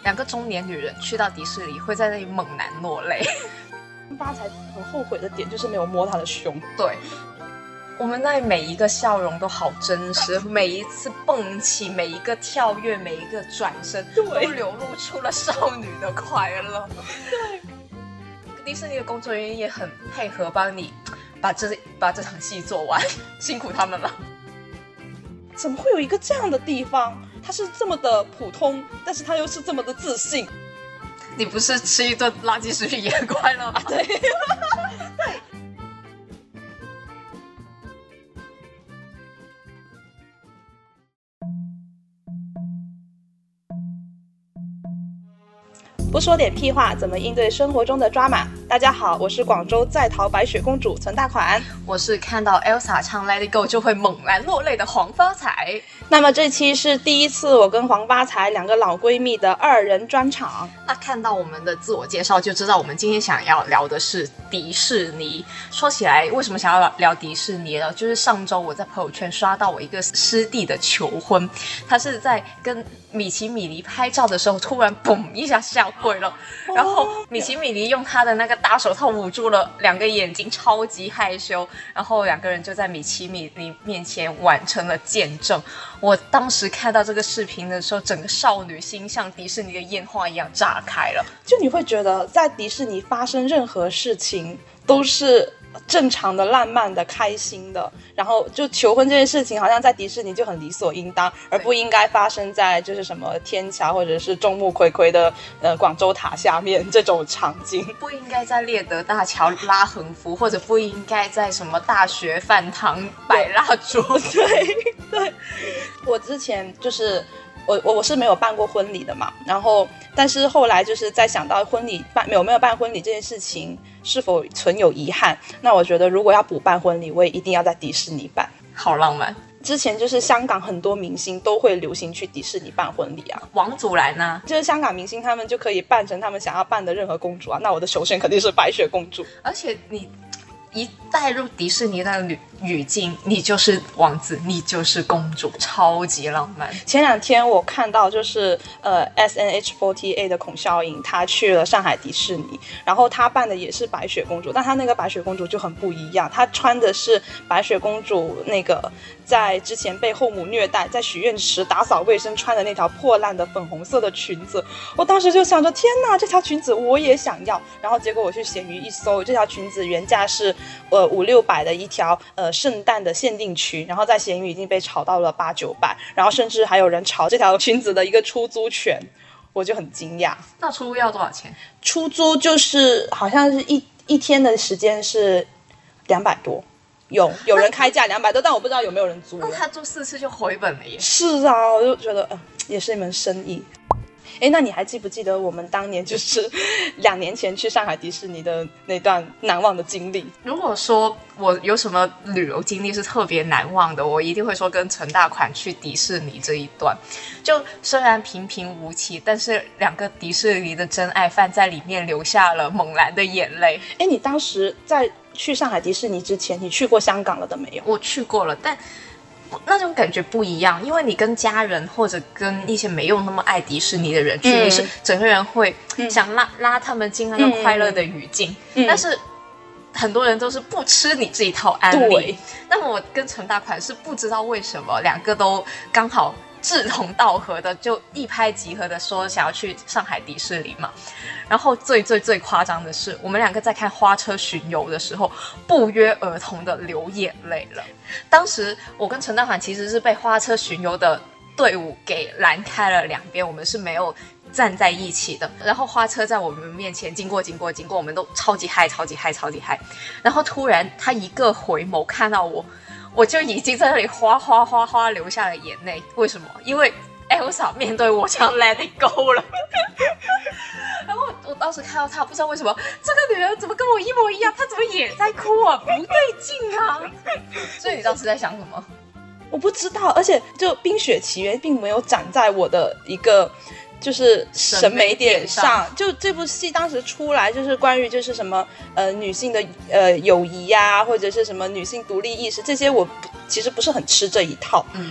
两个中年女人去到迪士尼会在那里猛然落泪。 发财很后悔的点就是没有摸他的胸。 对，我们那每一个笑容都好真实，每一次蹦起，每一个跳跃，每一个转身，都流露出了少女的快乐。 对， 迪士尼的工作人员也很配合，帮你把这场戏做完，辛苦他们了。 怎么会有一个这样的地方？它是这么的普通，但是它又是这么的自信。 你不是吃一顿垃圾食品也很快乐吗？ 对。不说点屁话，怎么应对生活中的抓马？大家好，我是广州在逃白雪公主陈大款， 我是看到 Elsa 唱 Let It Go 就会猛然落泪的黄发财。 那么这期是第一次我跟黄发财两个老闺蜜的2人专场。 那看到我们的自我介绍就知道我们今天想要聊的是迪士尼。说起来为什么想要聊迪士尼呢？就是上周我在朋友圈刷到我一个师弟的求婚，他是在跟米奇米妮拍照的时候突然嘣一下下跪了，然后米奇米妮用他的那个大手套捂住了2个眼睛，超级害羞，然后2个人就在米奇米妮面前完成了见证。我当时看到这个视频的时候，整个少女心像迪士尼的烟花一样炸开了。 就你会觉得在迪士尼发生任何事情都是正常的、浪漫的、开心的，然后就求婚这件事情好像在迪士尼就很理所应当，而不应该发生在就是什么天桥或者是众目睽睽的广州塔下面这种场景， 不应该在猎德大桥拉横幅，或者不应该在什么大学饭堂摆蜡烛。 对，我之前就是我是没有办过婚礼的嘛，然后但是后来就是在想到婚礼有没有办婚礼这件事情是否存有遗憾，那我觉得如果要补办婚礼，我也一定要在迪士尼办。 好浪漫。 之前就是香港很多明星都会流行去迪士尼办婚礼啊， 王祖蓝啊， 就是香港明星他们就可以扮成他们想要扮的任何公主啊，那我的首选肯定是白雪公主。 而且你一带入迪士尼那个语境，你就是王子，你就是公主，超级浪漫。 前2天我看到就是SNH48 的孔孝颖，她去了上海迪士尼，然后她扮的也是白雪公主，但她那个白雪公主就很不一样，她穿的是白雪公主那个在之前被后母虐待，在许愿池打扫卫生穿的那条破烂的粉红色的裙子。我当时就想着天哪，这条裙子我也想要，然后结果我去闲鱼一搜，这条裙子原价是500-600的一条圣诞的限定裙，然后在闲鱼已经被炒到了800-900，然后甚至还有人炒这条裙子的一个出租权，我就很惊讶。 那出租要多少钱？出租就是好像是一天的时间是200多，有人开价200多，但我不知道有没有人租了。 那他租4次就回本了耶。 是啊，我就觉得也是一门生意。那你还记不记得我们当年就是2年前去上海迪士尼的那段难忘的经历？ 如果说我有什么旅游经历是特别难忘的，我一定会说跟陈大款去迪士尼这一段。就虽然平平无奇，但是2个迪士尼的真爱犯在里面流下了猛然的眼泪。 你当时在去上海迪士尼之前，你去过香港了的没有？ 我去过了，但那种感觉不一样，因为你跟家人或者跟一些没有那么爱迪士尼的人去，你是整个人会想拉他们进那个快乐的语境，但是很多人都是不吃你这一套安利。那么我跟陈大款是不知道为什么2个都刚好志同道合的，就一拍即合的说想要去上海迪士尼嘛。然后最夸张的是，我们2个在看花车巡游的时候不约而同的流眼泪了。当时我跟陈大款其实是被花车巡游的队伍给拦开了2边，我们是没有站在一起的。然后花车在我们面前经过，我们都超级嗨。然后突然他一个回眸看到我就已经在那里哗流下了眼泪。为什么？因为 Elsa 面对我唱 Let It Go 了。然后我当时看到她，不知道为什么这个女人怎么跟我一模一样，她怎么也在哭啊？不对劲啊！所以你当时在想什么？ 我不知道，而且就《冰雪奇缘》并没有长在我的一个就是审美点上。就这部戏当时出来，就是关于就是什么女性的友谊呀，或者是什么女性独立意识，这些我其实不是很吃这一套。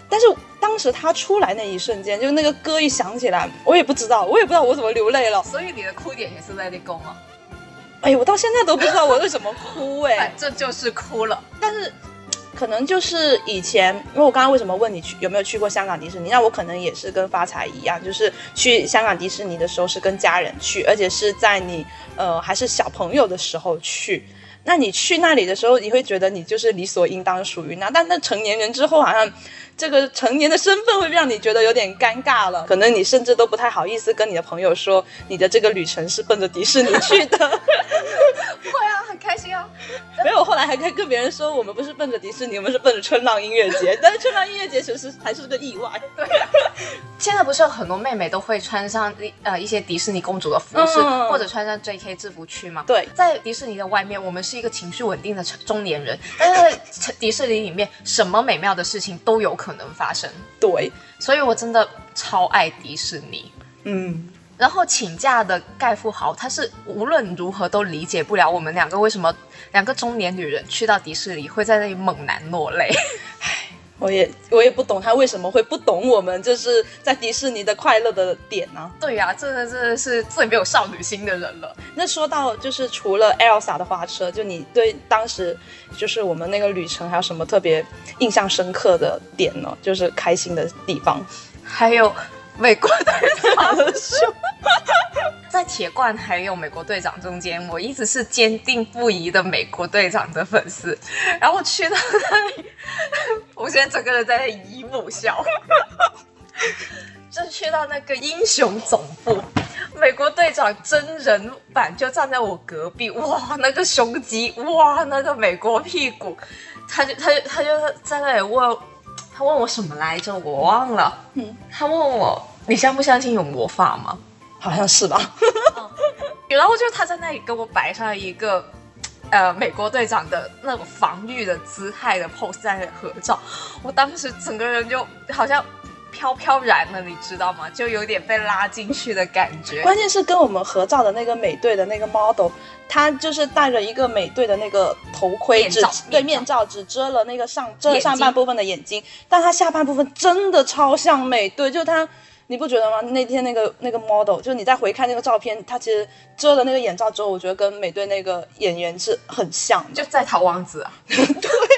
但是当时他出来那一瞬间，就那个歌一响起来，我也不知道我怎么流泪了。 所以你的哭点也是 Let It Go 吗？ 哎，我到现在都不知道我为什么哭哎， 这就是哭了。 但是可能就是以前，因为我刚刚为什么问你有没有去过香港迪士尼，那我可能也是跟发财一样，就是去香港迪士尼的时候是跟家人去，而且是在你还是小朋友的时候去。那你去那里的时候，你会觉得你就是理所应当属于那，但成年人之后，好像这个成年的身份会让你觉得有点尴尬了，可能你甚至都不太好意思跟你的朋友说你的这个旅程是奔着迪士尼去的。 会啊，很开心啊。 没有，后来还跟别人说我们不是奔着迪士尼，我们是奔着春浪音乐节，但是春浪音乐节其实还是个意外。 对啊，现在不是有很多妹妹都会穿上一些迪士尼公主的服饰，或者穿上 JK 制服去吗？ 对， 在迪士尼的外面，我们是一个情绪稳定的中年人，但是在迪士尼里面，什么美妙的事情都有可能发生。 对， 所以我真的超爱迪士尼。然后请假的盖富豪，他是无论如何都理解不了我们两个为什么两个中年女人去到迪士尼会在那里猛然落泪。 我也不懂他为什么会不懂我们就是在迪士尼的快乐的点呢？ 对呀，真的是最没有少女心的人了。 那说到就是除了 Elsa 的花车，就你对当时就是我们那个旅程还有什么特别印象深刻的点呢？就是开心的地方。 还有美国队长的秀。在铁罐还有美国队长中间，我一直是坚定不移的美国队长的粉丝。然后去到那里，我现在整个人在那姨母笑。就去到那个英雄总部，美国队长真人版就站在我隔壁，哇，那个胸肌，哇，那个美国屁股，他就在那里问，他问我什么来着，我忘了。他问我你相不相信有魔法吗？ 好像是吧。 然后就他在那里跟我摆上一个美国队长的那种防御的姿态的 pose 在那里合照，我当时整个人就好像飘飘然了，你知道吗？就有点被拉进去的感觉。 关键是跟我们合照的那个美队的那个 model， 他就是戴着一个美队的那个头盔，面罩只遮了那个遮了上半部分的眼睛，但他下半部分真的超像美队，就他。你不觉得吗？那天那个 model， 就是你再回看那个照片，他其实遮了那个眼罩之后，我觉得跟美队那个演员是很像的， 就在逃王子啊。 对。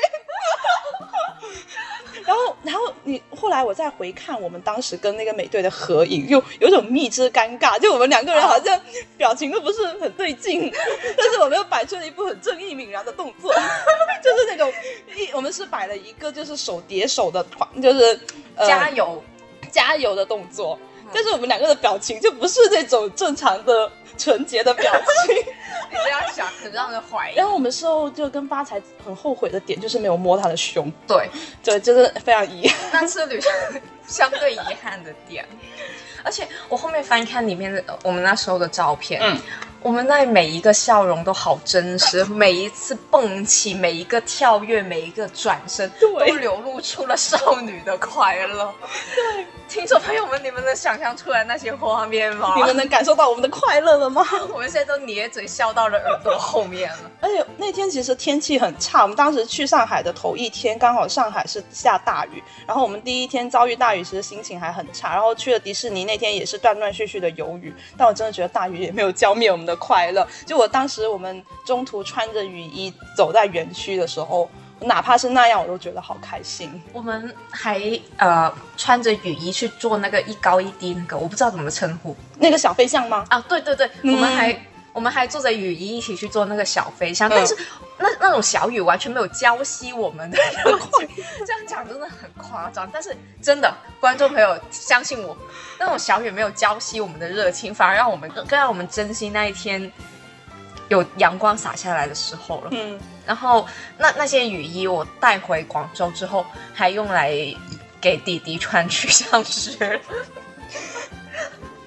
然后你后来我再回看我们当时跟那个美队的合影，有种蜜汁尴尬，就我们两个人好像表情都不是很对劲，但是我们又摆出了一副很正义凛然的动作，就是那种我们是摆了一个就是手叠手的就是加油的动作，但是我们两个的表情就不是那种正常的纯洁的表情。 你这样想很让人怀疑。 然后我们事后就跟发财很后悔的点就是没有摸他的胸。 对， 就是非常遗憾， 那次旅程相对遗憾的点。而且我后面翻看里面的我们那时候的照片，我们那每一个笑容都好真实，每一次蹦起，每一个跳跃，每一个转身，都流露出了少女的快乐。 对， 听众朋友们，你们能想象出来那些画面吗？ 你们能感受到我们的快乐了吗？ 我们现在都咧嘴笑到了耳朵后面了。 而且那天其实天气很差，我们当时去上海的头一天，刚好上海是下大雨，然后我们第一天遭遇大雨，其实心情还很差。然后去了迪士尼那天也是断断续续的有雨，但我真的觉得大雨也没有浇灭我们的快乐。就我当时我们中途穿着雨衣走在园区的时候，哪怕是那样我都觉得好开心。 我们还穿着雨衣去做那个一高一低那个，我不知道怎么称呼， 那个小飞象吗？ 啊，对对对，我们还坐着雨衣一起去做那个小飞象，但是那种小雨完全没有浇熄我们的热情。这样讲真的很夸张，但是真的，观众朋友相信我，那种小雨没有浇熄我们的热情，反而让我们更让我们珍惜那一天有阳光洒下来的时候了。然后那些雨衣我带回广州之后，还用来给弟弟穿去上学。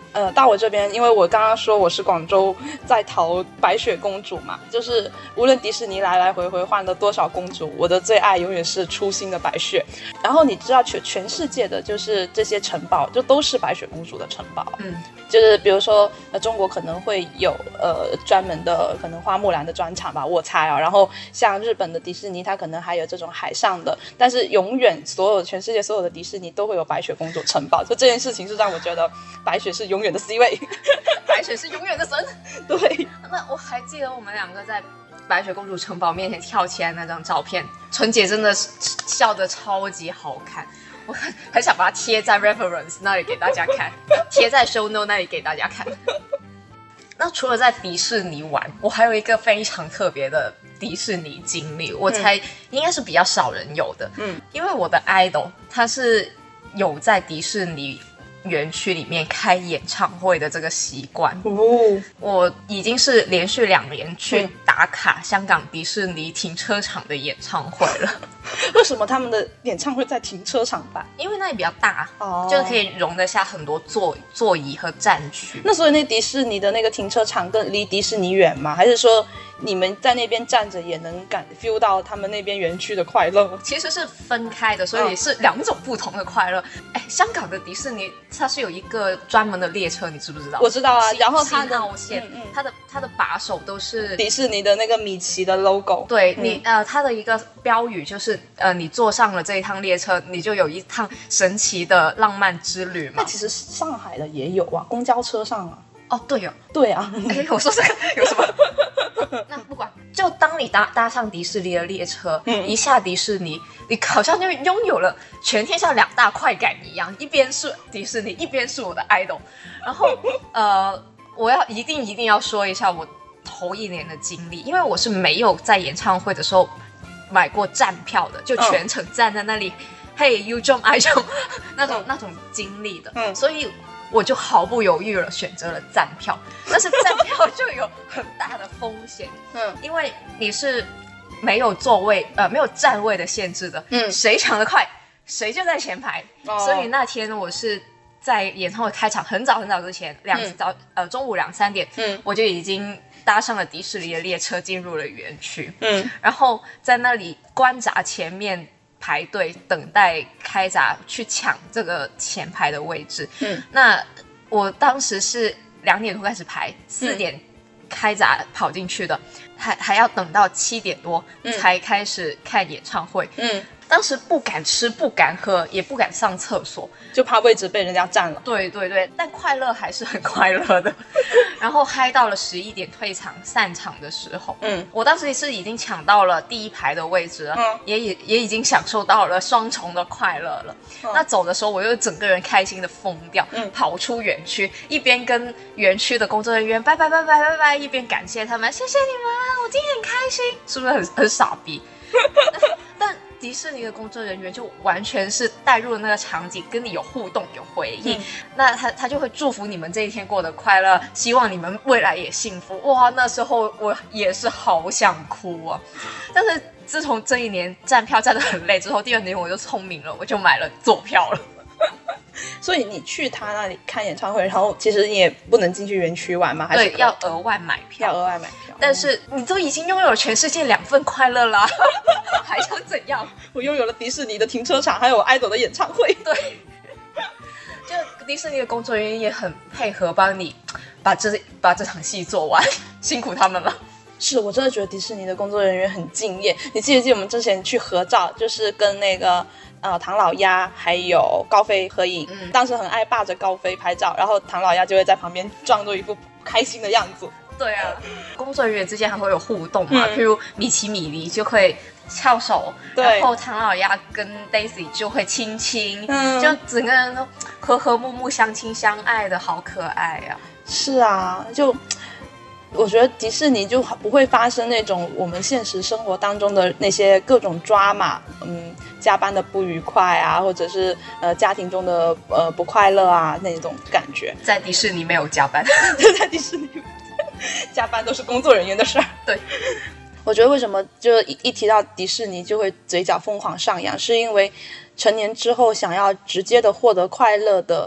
到我这边，因为我刚刚说我是广州在淘白雪公主嘛，就是无论迪士尼来来回回换了多少公主，我的最爱永远是初心的白雪。然后你知道全世界的就是这些城堡就都是白雪公主的城堡，就是比如说中国可能会有专门的可能花木兰的专场吧，我猜啊。然后像日本的迪士尼，它可能还有这种海上的，但是永远全世界所有的迪士尼都会有白雪公主城堡，就这件事情是让我觉得白雪是永远的 C 位， 白雪是永远的神。 对， 那我还记得我们两个在白雪公主城堡面前跳起来那张照片，纯姐真的是笑得超级好看，我很想把它贴在 reference 那里给大家看，贴在 show note 那里给大家看。那除了在迪士尼玩，我还有一个非常特别的迪士尼经历，我猜应该是比较少人有的。因为我的 idol 他是有在迪士尼园区里面开演唱会的这个习惯。我已经是连续2年去打卡香港迪士尼停车场的演唱会了。 为什么他们的演唱会在停车场办？ 因为那里比较大，就可以容得下很多座椅和站区。 那所以那迪士尼的那个停车场更离迪士尼远吗？还是说你们在那边站着也能feel 到他们那边园区的快乐？ 其实是分开的，所以是2种不同的快乐。香港的迪士尼它是有一个专门的列车，你知不知道？ 我知道啊，然后它的号线，它的把手都是迪士尼的那个米奇的 logo。 对，它的一个标语就是你坐上了这一趟列车，你就有一趟神奇的浪漫之旅嘛。 那其实上海的也有啊，公交车上啊。 哦，对哦， 对啊。 我说这个有什么？那不管，就当你搭上迪士尼的列车，一下迪士尼，你好像就拥有了全天下2大快感一样，一边是迪士尼，一边是我的 idol。然后我要一定要说一下我头1年的经历，因为我是没有在演唱会的时候买过站票的，就全程站在那里，Hey you jump I jump 那种经历的，所以我就毫不犹豫了选择了站票。但是站票就有很大的风险，因为你是没有座位没有站位的限制的，谁抢得快谁就在前排。所以那天我是在演唱会开场很早之前，中午2-3点，我就已经搭上了迪士尼的列车进入了园区，然后在那里关闸前面排队等待开闸去抢这个前排的位置。那我当时是2点多开始排，4点开闸跑进去的，还要等到7点多才开始看演唱会。当时不敢吃不敢喝也不敢上厕所， 就怕位置被人家占了。 对，但快乐还是很快乐的。然后嗨到了11点退场散场的时候，我当时是已经抢到了第1排的位置了，也已经享受到了双重的快乐了。那走的时候我又整个人开心的疯掉，跑出园区，一边跟园区的工作人员拜拜，一边感谢他们，谢谢你们，我今天很开心，是不是很傻逼？但迪士尼的工作人员就完全是带入了那个场景，跟你有互动有回应，那他就会祝福你们这一天过得快乐，希望你们未来也幸福。哇，那时候我也是好想哭啊！但是自从这1年站票站得很累之后，第2年我就聪明了，我就买了坐票了。 所以你去他那里看演唱会，然后其实你也不能进去园区玩吗？还是对，要额外买票。但是你都已经拥有了全世界2份快乐啦，还想怎样？ 我拥有了迪士尼的停车场，还有爱豆的演唱会。 对，就迪士尼的工作人员也很配合，帮你把这场戏做完，辛苦他们了。 是，我真的觉得迪士尼的工作人员很敬业。你记不记得我们之前去合照，就是跟那个唐老鸭还有高飞合影，当时很爱霸着高飞拍照，然后唐老鸭就会在旁边装作一副开心的样子。 对啊，工作人员之间还会有互动嘛，譬如米奇米妮就会翘手，然后唐老鸭跟 Daisy 就会亲亲，就整个人都和和睦睦相亲相爱的，好可爱啊。 是啊，就我觉得迪士尼就不会发生那种我们现实生活当中的那些各种drama，加班的不愉快啊，或者是家庭中的不快乐啊那种感觉。 在迪士尼没有加班， 在迪士尼加班都是工作人员的事儿。 对， 我觉得为什么就一提到迪士尼就会嘴角疯狂上扬，是因为成年之后想要直接的获得快乐的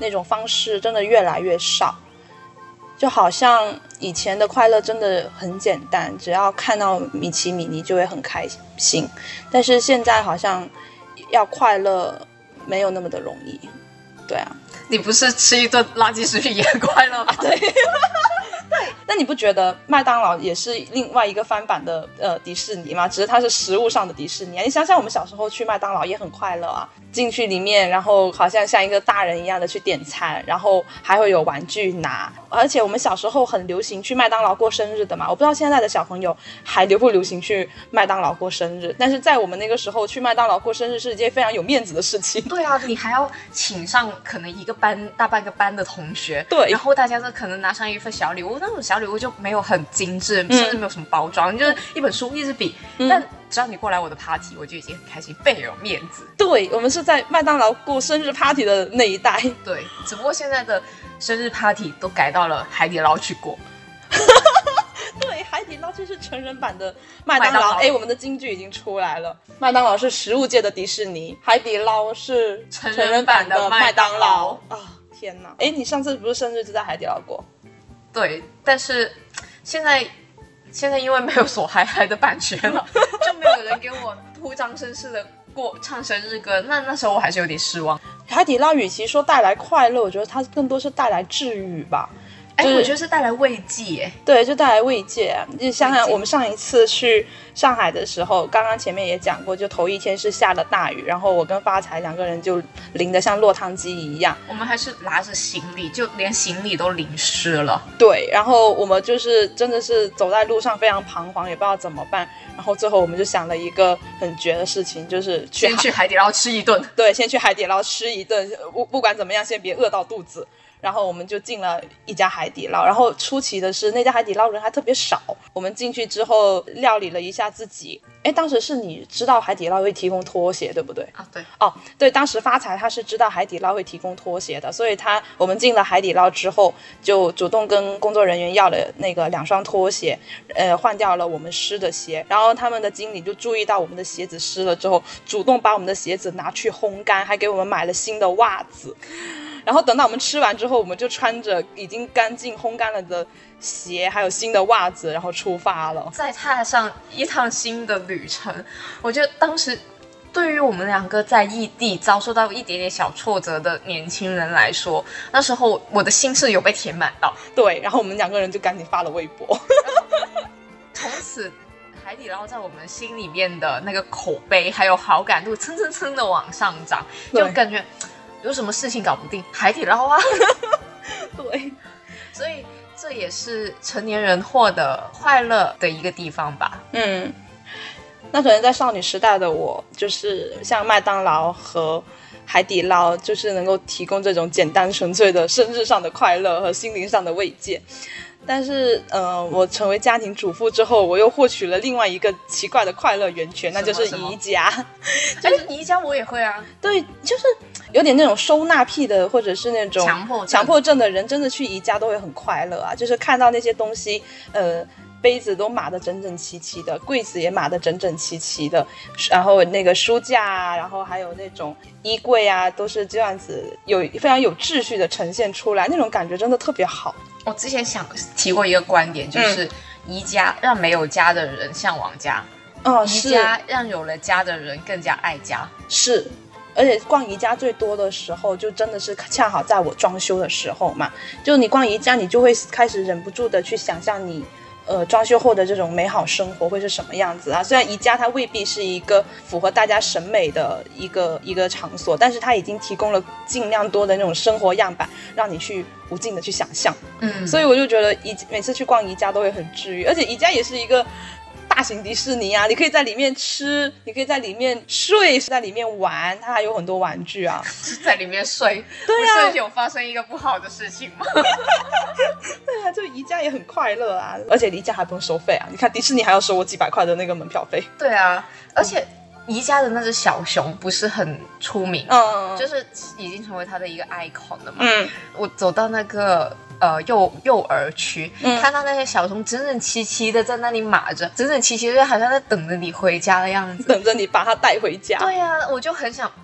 那种方式真的越来越少。就好像以前的快乐真的很简单，只要看到米奇米妮就会很开心，但是现在好像要快乐没有那么的容易。对啊， 你不是吃一顿垃圾食品也很快乐吗？ 对。那你不觉得麦当劳也是另外一个翻版的迪士尼吗？只是它是食物上的迪士尼啊。你想想我们小时候去麦当劳也很快乐啊，进去里面然后好像像一个大人一样的去点餐，然后还会有玩具拿。而且我们小时候很流行去麦当劳过生日的嘛，我不知道现在的小朋友还流不流行去麦当劳过生日，但是在我们那个时候去麦当劳过生日是一件非常有面子的事情。 对啊，你还要请上可能一个班大半个班的同学， 对， 然后大家都可能拿上一份小礼物，那种小礼物就没有很精致，甚至没有什么包装，就是一本书一支笔，但只要你过来我的 party 我就已经很开心，倍有面子。 对，我们是在麦当劳过生日 party 的那一代。 对，只不过现在的生日 party 都改到了海底捞去过。 对，海底捞就是成人版的麦当劳。哎，我们的金句已经出来了，麦当劳是食物界的迪士尼，海底捞是成人版的麦当劳啊！天哪！哎，你上次不是生日就在海底捞过？ 对，但是现在因为没有索嗨嗨的版权了，就没有人给我铺张声势的唱生日歌，那时候我还是有点失望。 海底捞与其说带来快乐，我觉得它更多是带来治愈吧。 我觉得是带来慰藉。 对，就带来慰藉。就想想我们上一次去上海的时候，刚刚前面也讲过，就头一天是下了大雨，然后我跟发财两个人就淋得像落汤鸡一样。 我们还是拿着行李，就连行李都淋湿了。 对，然后我们就是真的是走在路上非常彷徨，也不知道怎么办。然后最后我们就想了一个很绝的事情，就是先去海底捞吃一顿。 对，先去海底捞吃一顿，不管怎么样，先别饿到肚子。然后我们就进了一家海底捞，然后出奇的是那家海底捞人还特别少。我们进去之后料理了一下自己。哎，当时是你知道海底捞会提供拖鞋对不对？ 啊，对。 哦，对，当时发财他是知道海底捞会提供拖鞋的，所以我们进了海底捞之后就主动跟工作人员要了那个2双拖鞋，换掉了我们湿的鞋。然后他们的经理就注意到我们的鞋子湿了之后，主动把我们的鞋子拿去烘干，还给我们买了新的袜子。然后等到我们吃完之后，我们就穿着已经干净烘干了的鞋还有新的袜子，然后出发了， 再踏上一趟新的旅程。我觉得当时对于我们两个在异地遭受到一点点小挫折的年轻人来说，那时候我的心是有被填满到。 对，然后我们两个人就赶紧发了微博。 从此海底捞在我们心里面的那个口碑还有好感度蹭蹭蹭的往上涨，就感觉有什么事情搞不定，海底捞啊。 对， 所以这也是成年人获得快乐的一个地方吧。 那可能在少女时代的我，就是像麦当劳和海底捞，就是能够提供这种简单纯粹的生日上的快乐和心灵上的慰藉。但是我成为家庭主妇之后，我又获取了另外一个奇怪的快乐源泉，那就是宜家。 就是宜家我也会啊。 对，就是有点那种收纳癖的，或者是那种强迫症的人，真的去宜家都会很快乐啊。就是看到那些东西，杯子都码得整整齐齐的，柜子也码得整整齐齐的，然后那个书架啊，然后还有那种衣柜啊，都是这样子非常有秩序的呈现出来，那种感觉真的特别好。 我之前提过一个观点，就是宜家让没有家的人向往家，宜家让有了家的人更加爱家。是，而且逛宜家最多的时候，就真的是恰好在我装修的时候嘛，就你逛宜家，你就会开始忍不住的去想象你装修后的这种美好生活会是什么样子啊？虽然宜家它未必是一个符合大家审美的一个场所，但是它已经提供了尽量多的那种生活样板，让你去无尽的去想象。所以我就觉得每次去逛宜家都会很治愈，而且宜家也是一个大型迪士尼啊，你可以在里面吃，你可以在里面睡，在里面玩，它还有很多玩具啊。在里面睡，对啊，不是有发生一个不好的事情吗？对啊，就宜家也很快乐啊，而且宜家还不用收费啊。你看迪士尼还要收我几百块的那个门票费。对啊，而且宜家的那只小熊不是很出名，就是已经成为它的一个 icon 了嘛。我走到那个幼儿区，看到那些小熊整整齐齐的在那里码着，整整齐齐的好像在等着你回家的样子，等着你把它带回家。对啊，我就很想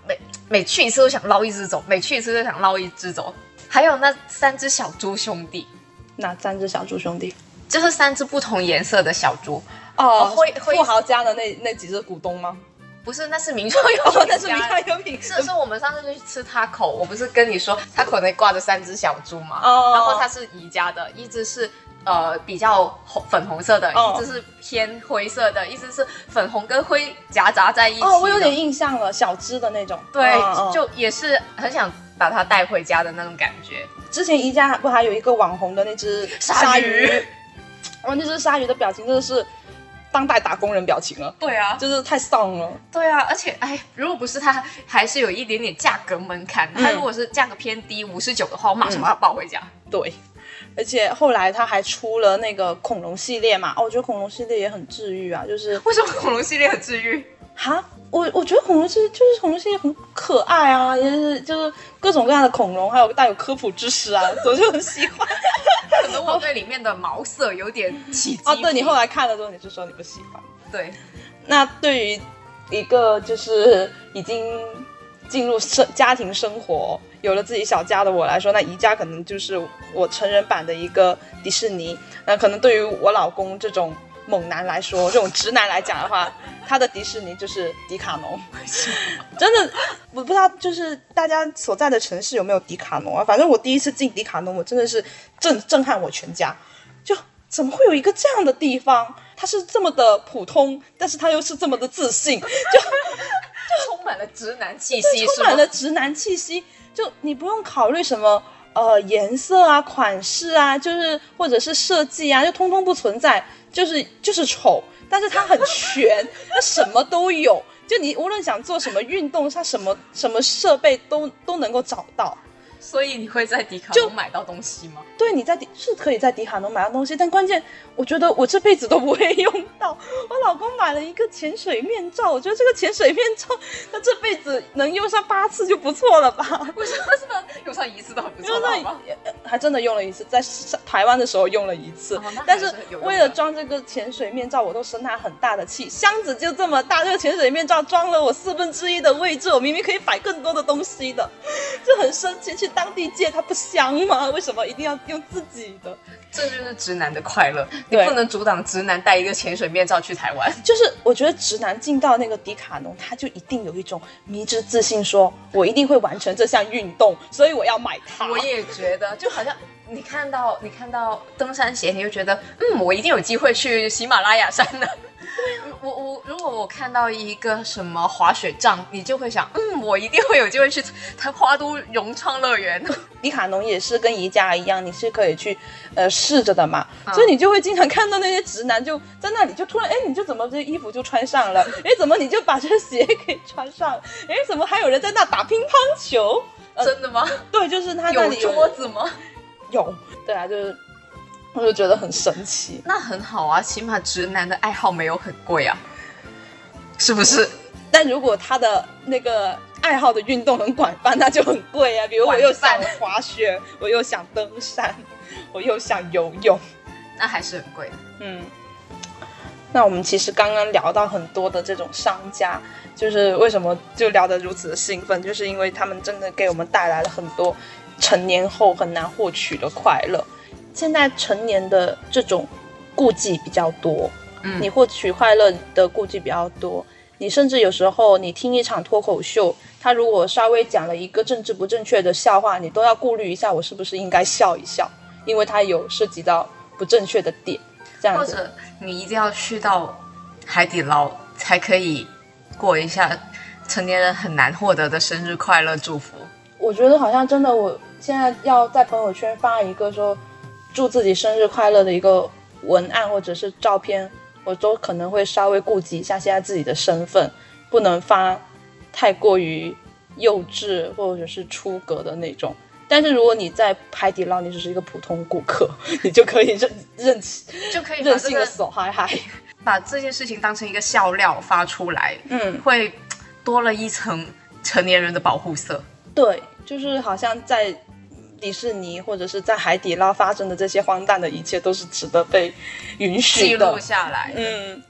每去一次都想捞一只走，每去一次都想捞一只走。还有那3只小猪兄弟， 哪3只小猪兄弟？ 就是3只不同颜色的小猪。 哦，富豪家的那几只股东吗？ 不是，那是民创优品， 那是民创优品。 是我们上次去吃Taco，我不是跟你说Taco那挂着3只小猪吗？然后它是宜家的，一只是比较粉红色的，一只是偏灰色的，一只是粉红跟灰夹杂在一起的。 我有点印象了，小只的那种。 对，就也是很想把它带回家的那种感觉。 之前宜家不还有一个网红的那只鲨鱼，那只鲨鱼的表情真的是当代打工人表情了。 对啊， 就是太丧了。 对啊，而且如果不是它还是有一点点价格门槛，它如果是价格偏低59的话，我马上把它抱回家。 对，而且后来它还出了那个恐龙系列嘛，我觉得恐龙系列也很治愈啊。就是为什么恐龙系列很治愈？ 哈，我觉得恐龙系列很可爱啊，就是各种各样的恐龙，还有带有科普知识啊，我就很喜欢。 可能我对里面的毛色有点起鸡皮。 对，你后来看了之后，你是说你不喜欢？ 对， 那对于一个就是已经进入家庭生活，有了自己小家的我来说，那宜家可能就是我成人版的一个迪士尼。那可能对于我老公这种猛男来说，这种直男来讲的话，他的迪士尼就是迪卡侬。真的，我不知道就是大家所在的城市有没有迪卡侬啊？反正我第一次进迪卡侬，我真的是震撼我全家。就怎么会有一个这样的地方？它是这么的普通，但是它又是这么的自信，就充满了直男气息， 充满了直男气息。就你不用考虑什么颜色啊、款式啊，就是或者是设计啊，就通通不存在，就是丑，但是它很全，它什么都有。就你无论想做什么运动，它什么设备都能够找到。 所以你会在迪卡侬买到东西吗？ 对，你是可以在迪卡侬买到东西，但关键我觉得我这辈子都不会用到。我老公买了一个潜水面罩，我觉得这个潜水面罩他这辈子能用上8次就不错了吧？ 为什么是用上1次都很不错了吗？ 还真的用了1次，在台湾的时候用了1次，但是为了装这个潜水面罩，我都生他很大的气。箱子就这么大，这个潜水面罩装了我1/4的位置，我明明可以摆更多的东西的，就很生气。去当地借它不香吗？为什么一定要用自己的？ 这就是直男的快乐，你不能阻挡直男带一个潜水面罩去台湾。 就是我觉得直男进到那个迪卡侬，他就一定有一种迷之自信，说我一定会完成这项运动，所以我要买它。 我也觉得，就好像你看到登山鞋，你就觉得我一定有机会去喜马拉雅山的。如果我看到一个什么滑雪杖，你就会想，我一定会有机会去花都融创乐园。 迪卡侬也是跟宜家一样，你是可以去试着的嘛，所以你就会经常看到那些直男就在那里，就突然你就怎么这衣服就穿上了？怎么你就把这鞋给穿上了？怎么还有人在那打乒乓球？ 真的吗？ 对，就是他那里有桌子吗？ 有，对啊，就是。我就觉得很神奇。 那很好啊，起码直男的爱好没有很贵啊，是不是？ 但如果他的那个爱好的运动很广泛，那就很贵啊。比如我又想滑雪，我又想登山，我又想游泳， 那还是很贵的。 那我们其实刚刚聊到很多的这种商家，就是为什么就聊得如此的兴奋，就是因为他们真的给我们带来了很多成年后很难获取的快乐。现在成年的这种顾忌比较多，你获取快乐的顾忌比较多。你甚至有时候你听一场脱口秀，他如果稍微讲了一个政治不正确的笑话，你都要顾虑一下，我是不是应该笑一笑，因为他有涉及到不正确的点，这样子。 或者你一定要去到海底捞才可以过一下成年人很难获得的生日快乐祝福。 我觉得好像真的，我现在要在朋友圈发一个说祝自己生日快乐的一个文案或者是照片，我都可能会稍微顾及一下现在自己的身份，不能发太过于幼稚或者是出格的那种。但是如果你在海底捞，你只是一个普通顾客，你就可以任性的手嗨嗨， 把这件事情当成一个笑料发出来，会多了一层成年人的保护色。 对，就是好像在迪士尼或者是在海底捞发生的这些荒诞的一切都是值得被允许的， 记录下来。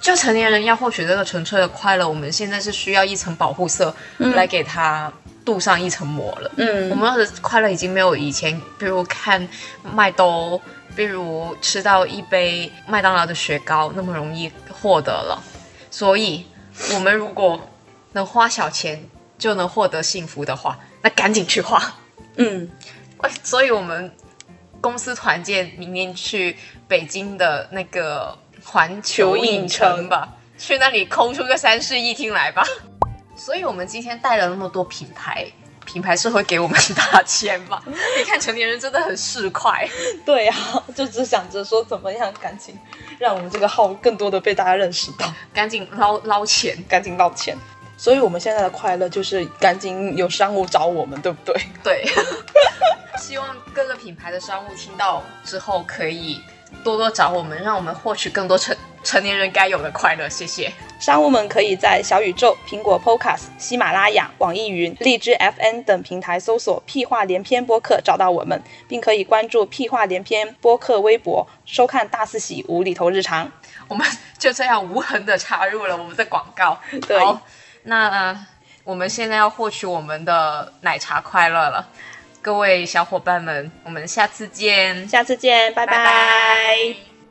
就成年人要获取这个纯粹的快乐，我们现在是需要一层保护色来给它镀上一层膜了。我们的快乐已经没有以前，比如看麦兜，比如吃到一杯麦当劳的雪糕那么容易获得了。所以，我们如果能花小钱就能获得幸福的话，那赶紧去花。所以我们公司团建明年去北京的那个环球影城吧，去那里空出个3室1厅来吧。所以我们今天带了那么多品牌是会给我们打钱吧？你看成年人真的很市侩。 对啊，就只想着说怎么样赶紧让我们这个号更多的被大家认识到， 赶紧捞钱， 赶紧捞钱。所以我们现在的快乐就是赶紧有商务找我们，对不对？ 对。希望各个品牌的商务听到之后可以多多找我们，让我们获取更多成年人该有的快乐。谢谢。 商务们可以在小宇宙、苹果 Podcast、喜马拉雅、网易云、荔枝 FN 等平台搜索屁话连篇播客找到我们，并可以关注屁话连篇播客微博，收看大四喜无厘头日常。 我们就这样无痕的插入了我们的广告。 对， 好，那我们现在要获取我们的奶茶快乐了。各位小伙伴们，我们下次见。 下次见，拜拜。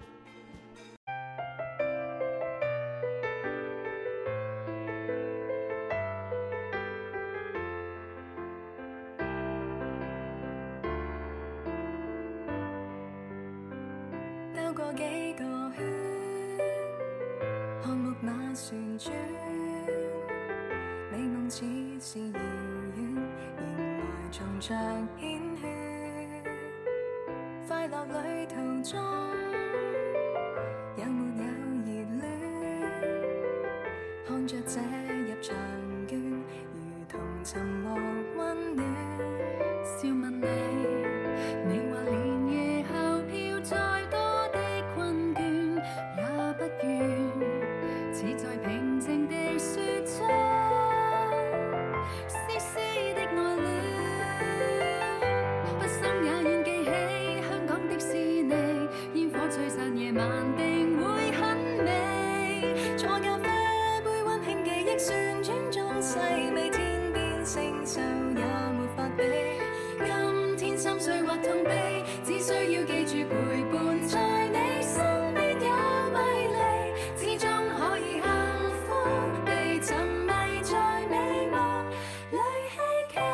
兜過幾個圈，看木馬旋轉，美夢似是遙遠，原來從像鮮血。快樂旅途中，有沒有熱戀？看着這入場券，如同尋獲溫暖。笑問你，你話連夜後飄再多的困倦也不願，似在平靜地說出絲絲的愛戀。不心也願記起香港迪士尼，煙火璀璨夜晚定會很美。坐咖啡杯溫馨記憶旋轉中細味，天邊星宿也沒法比。今天心碎或痛悲，只需要記住陪伴在你身邊有迷離，始終可以幸福地沉迷在美夢裏希冀。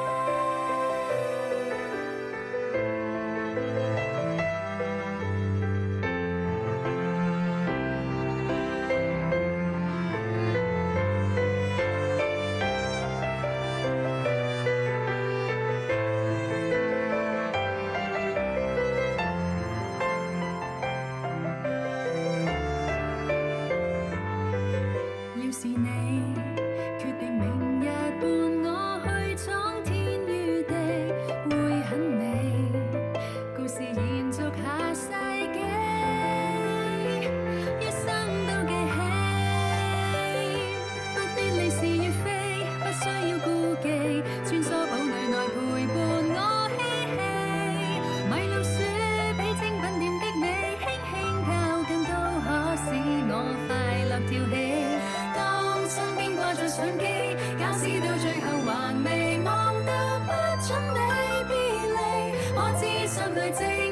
要是你決定明日伴我去闖天與地，會很美。故事延續下世紀，一生都記起。不必理是與非，不需要顧忌，穿梭堡壘內陪伴我嬉戲。迷路鼠比精品店的美，輕輕靠近都可使我快樂跳起。身邊掛着相機，假使到最後還未望到，不准你別離。我只想對自